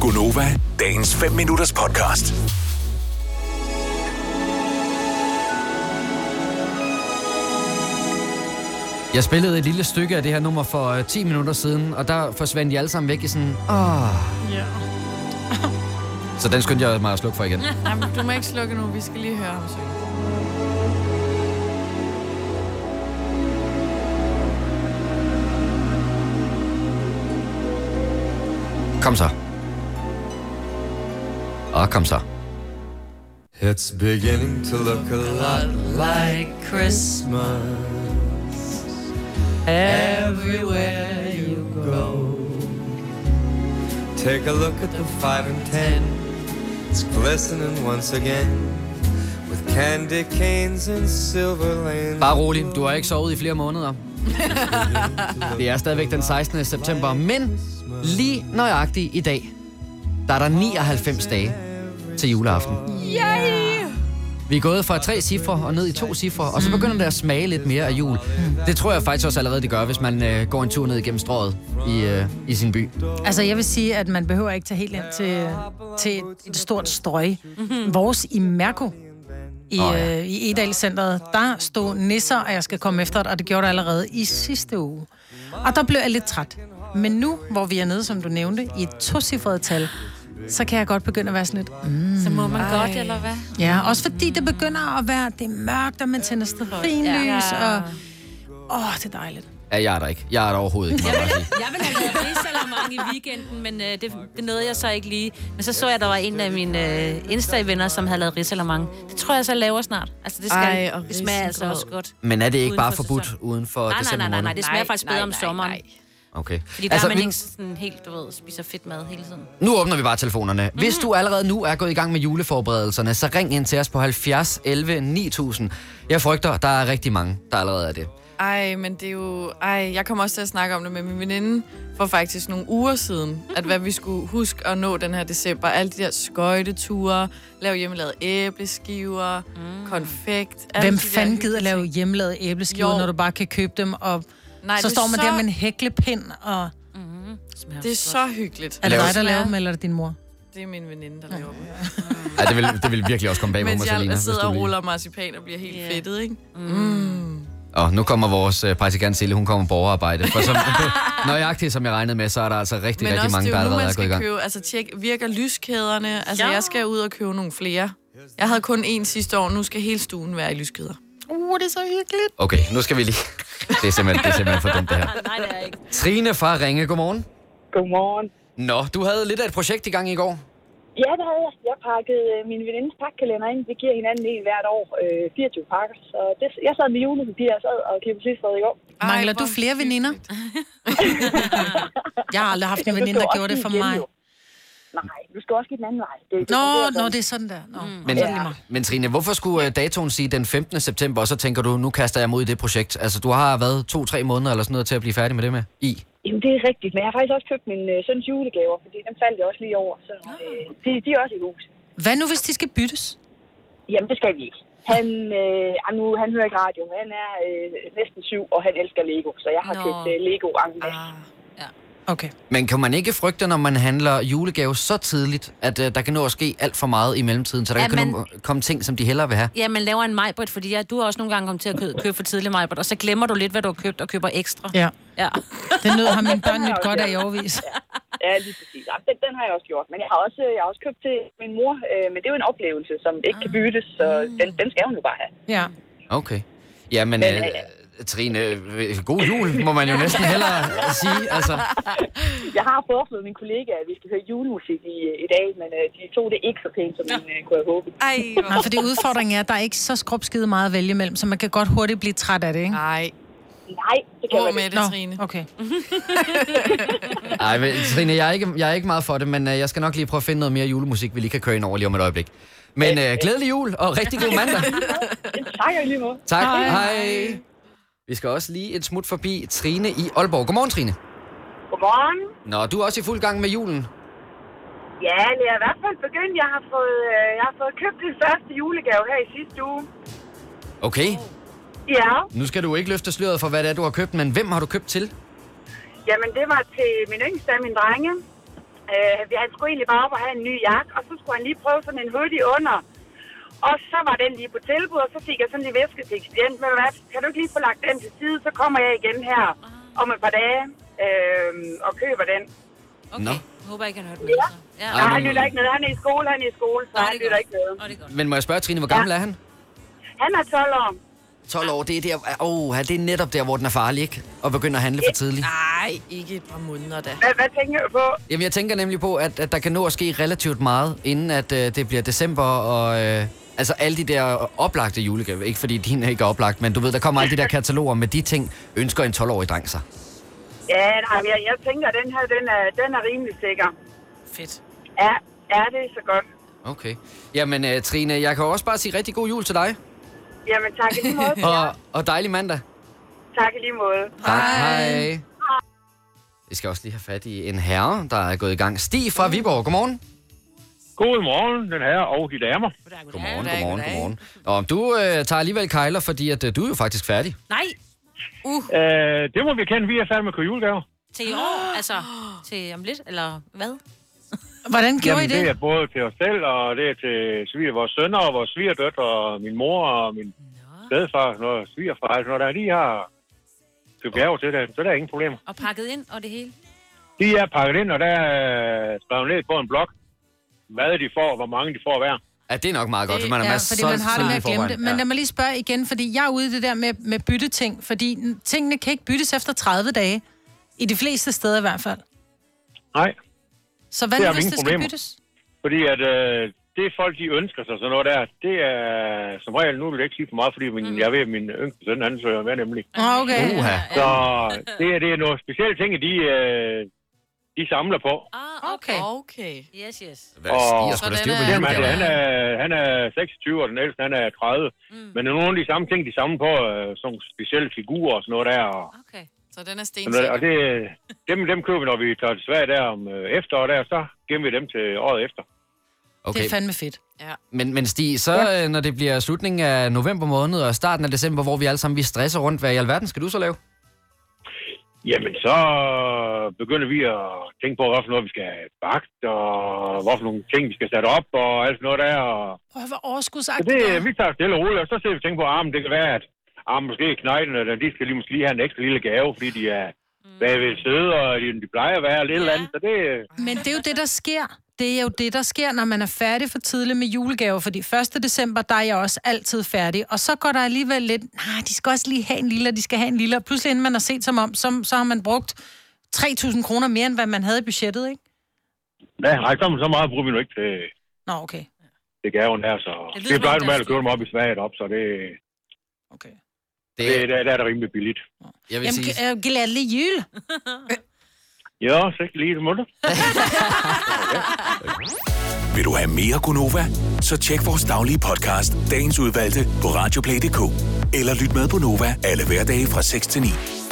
Gonova, dagens 5 minutters podcast. Jeg spillede et lille stykke af det her nummer for 10 minutter siden, og der forsvandt de alle sammen væk i sådan... Ja. Så den skyndte jeg mig at slukke for igen. Jamen, du må ikke slukke nu, vi skal lige høre ham synge. Kom så. Kom så. It's beginning to look a lot like Christmas everywhere you go. Take a look at the 5 and 10. It's glistening once again with candy canes and silver lanes. Bare rolig, du har ikke sovet i flere måneder. Det er stadigvæk den 16. september, men lige nøjagtigt i dag, der er der 99 dage til juleaften. Yay! Vi er gået fra 3 cifre og ned i 2 cifre, og så begynder det at smage lidt mere af jul. Det tror jeg faktisk også allerede, det gør, hvis man går en tur ned igennem strøget i sin by. Altså, jeg vil sige, at man behøver ikke tage helt ind til et stort strøg. Vores i Mærko, i Edalcenteret, der stod nisser, og jeg skal komme efter det, og det gjorde det allerede i sidste uge. Og der blev jeg lidt træt. Men nu, hvor vi er nede, som du nævnte, i et 2-cifret tal, så kan jeg godt begynde at være sådan lidt... Så må man godt, eller hvad? Ja, også fordi det begynder at være... Det er mørkt, og man tænder stearinlys, og... det er dejligt. Ja, jeg er der ikke. Jeg er der overhovedet ikke. Jeg vil have lavet risalamande i weekenden, men det nåede jeg så ikke lige. Men så jeg, der var en af mine Insta-venner, som havde lavet risalamande. Det tror jeg så laver snart. Altså, det smager altså også godt. Men er det ikke bare forbudt uden for december måned? Nej, det smager faktisk bedre om sommeren. Okay. Fordi der altså, man ikke sådan helt, spiser fedt mad hele tiden. Nu åbner vi bare telefonerne. Hvis du allerede nu er gået i gang med juleforberedelserne, så ring ind til os på 70 11 9000. Jeg frygter, der er rigtig mange, der allerede er det. Men det er jo... jeg kommer også til at snakke om det med min veninde for faktisk nogle uger siden, at hvad vi skulle huske at nå den her december. Alle de der skøjteture, lave hjemmelavede æbleskiver, konfekt. Hvem fanden gider lave hjemmelavede æbleskiver, når du bare kan købe dem, og så står man der med en hæklepind, og... Det er så hyggeligt. Er det dig, der laver dem, eller er det din mor? Det er min veninde, der laver dem. Det vil virkelig også komme bag på mig, Selina. Mens jeg sidder og ruller marcipan og bliver helt fedtet, ikke? Og nu kommer vores praktikant Sille, hun kommer på overarbejde. For som, nøjagtigt som jeg regnede med, så er der altså rigtig mange, der allerede er gået i gang. Købe, altså tjek, virker lyskæderne? Altså jeg skal ud og købe nogle flere. Jeg havde kun én sidste år, nu skal hele stuen være i lyskæder. Det er så hyggeligt. Okay, nu skal vi lige... Det er simpelthen for dumt, det her. Nej, det er ikke. Trine fra Ringe, godmorgen. Godmorgen. Nå, du havde lidt af et projekt i gang i går. Ja, det havde jeg. Jeg pakkede min venindes pakkalender ind. Vi giver hinanden en hvert år, 24 pakker. Så jeg sad med julepapir og sad og klippede sidste i går. Mangler du flere veninder? Jeg har aldrig haft en veninde, der gjorde det for mig. Nej, du skal også give den anden vej. Nå, det er sådan der. Men Trine, hvorfor skulle datoen sige den 15. september, og så tænker du, nu kaster jeg mod i det projekt? Altså, du har været 2-3 måneder eller sådan noget til at blive færdig med det med i? Jamen, det er rigtigt, men jeg har faktisk også købt min søns julegaver, fordi dem faldt jeg også lige over, så de er også i hus. Hvad nu, hvis de skal byttes? Jamen, det skal vi ikke. Han hører ikke radio, men han er næsten 7, og han elsker Lego, så jeg har købt Lego Angles. Okay. Men kan man ikke frygte, når man handler julegave så tidligt, at der kan nå at ske alt for meget i mellemtiden, så der kan komme ting, som de hellere vil have? Ja, man laver en majbrit, fordi du har også nogle gange kommet til at købe for tidlig majbrit, og så glemmer du lidt, hvad du har købt, og køber ekstra. Ja. Det har mine børn nyt godt af i årvis. Ja, lige præcis. Den har jeg også gjort, men jeg har også købt til min mor, men det er jo en oplevelse, som ikke kan byttes, så den skal hun jo bare have. Ja. Okay. Ja, men Trine, god jul, må man jo næsten hellere sige. Altså. Jeg har foreslået mine kollegaer, at vi skal høre julemusik i dag, men de tog det ikke så pænt, som man kunne have håbet. Nej, for det udfordring er, at der er ikke så skrubskide meget at vælge imellem, så man kan godt hurtigt blive træt af det, ikke? Nej, det kan man med ikke. det, Trine. Okay. Ej, men Trine, jeg er ikke meget for det, men jeg skal nok lige prøve at finde noget mere julemusik, vi lige kan køre ind over lige om et øjeblik. Men glædelig jul, og rigtig god mandag. Tak, og lige måde. Tak, hej. Vi skal også lige et smut forbi Trine i Aalborg. Godmorgen, Trine. Godmorgen. Nå, du er også i fuld gang med julen. Ja, det er i hvert fald begyndt. Jeg har fået købt den første julegave her i sidste uge. Okay. Ja. Nu skal du ikke løfte sløret for, hvad det er, du har købt, men hvem har du købt til? Jamen, det var til min yngste af mine drenge. Han skulle egentlig bare op og have en ny jakke, og så skulle han lige prøve sådan en hoodie under. Og så var den lige på tilbud, og så fik jeg sådan lige væske til ekspedient. Men kan du ikke lige få lagt den til side, så kommer jeg igen her om et par dage og køber den. Okay, jeg håber ikke, han hørte med. Ja, han lytter ikke noget. Han er i skole, så han lytter ikke noget. Men må jeg spørge, Trine, hvor gammel er han? Han er 12 år. 12 år, det er der, det er netop der, hvor den er farlig, ikke? Og begynder at handle for tidligt. Nej, ikke et par måneder da. Hvad tænker du på? Jamen, jeg tænker nemlig på, at der kan nå at ske relativt meget, inden at det bliver december, og altså alle de der oplagte julegaver, ikke fordi din er ikke oplagt, men du ved, der kommer alle de der kataloger med de ting, ønsker en 12-årig dreng sig. Ja, nej, jeg tænker, at den her, den er rimelig sikker. Fedt. Ja, det er så godt. Okay. Jamen, Trine, jeg kan også bare sige rigtig god jul til dig. Jamen, tak i lige måde. og dejlig mandag. Tak i lige måde. Tak, hej. Vi skal også lige have fat i en herre, der er gået i gang. Stig fra Viborg, godmorgen. Godmorgen, den herre og de damer. Godmorgen. Og du tager alligevel kejler, fordi at du er jo faktisk færdig. Nej. Det må vi kende, vi er færdige med at købe julegaver. Til i år, altså til om lidt, eller hvad? Hvordan gjorde I det? Det er både til os selv, og det er til vores sønner og vores svigerdøtre, og min mor og min stedfar, og svigerfar, når der de har købt gaver til det, så der er ingen problemer. Og pakket ind, og det hele? De er pakket ind, og der er skrevet ned på en blog, hvad de får, hvor mange de får hver. Ja, det er nok meget godt, for man er masser fordi man har det med at glemme det. Men lad mig lige spørge igen, fordi jeg er ude i det der med bytteting, fordi tingene kan ikke byttes efter 30 dage. I de fleste steder i hvert fald. Nej. Så hvad hvis det skal byttes? Fordi at det folk, de ønsker sig sådan noget der, det er som regel, nu vil jeg ikke sige for meget, fordi jeg ved, at min yngste søn, han søger med nemlig. Okay. Så det er nogle specielle ting, de samler på. Okay. Yes. Han er 26, og den ældste, han er 30. Men der er nogle af de samme ting, de samler på, sådan specielle figurer og sådan noget der. Okay. Så den er stensikker. Og dem køber vi, når vi tager til Sverige der om efteråret der, så gemmer vi dem til året efter. Okay. Det er fandme fedt. Ja. Men Stig, så når det bliver slutningen af november måned og starten af december, hvor vi alle sammen stresser rundt, hvad i alverden skal du så lave? Jamen, så begynder vi at tænke på, hvad for noget vi skal have bagt, og hvad for nogle ting vi skal sætte op, og alt sådan noget der. Prøv at være overskudsagtigt. Vi tager stille og roligt, og så ser vi tænke på, at det kan være, at måske knejden, de skal måske lige have en ekstra lille gave, fordi de er bagved søde, og de plejer at være lidt eller andet. Så det... Men det er jo det, der sker. Det er jo det, der sker, når man er færdig for tidligt med julegaver, fordi 1. december, der er jeg også altid færdig. Og så går der alligevel lidt, de skal også lige have en lille, de skal have en lille. Og pludselig, inden man har set som om, så har man brugt 3.000 kroner mere, end hvad man havde i budgettet, ikke? Nej, så meget bruger vi nu ikke til... Nå, okay. Det gaven her, så... Det plejer normalt at købe dem op i Sverige op, så det... Okay. Der er det rimelig billigt. Jeg vil sige... Glædelig jul! Ja, så lige det måtte. Vil du have mere Gunova? Så tjek vores daglige podcast, dagens udvalgte, på radioplay.dk. Eller lyt med på Nova alle hverdage fra 6 til 9.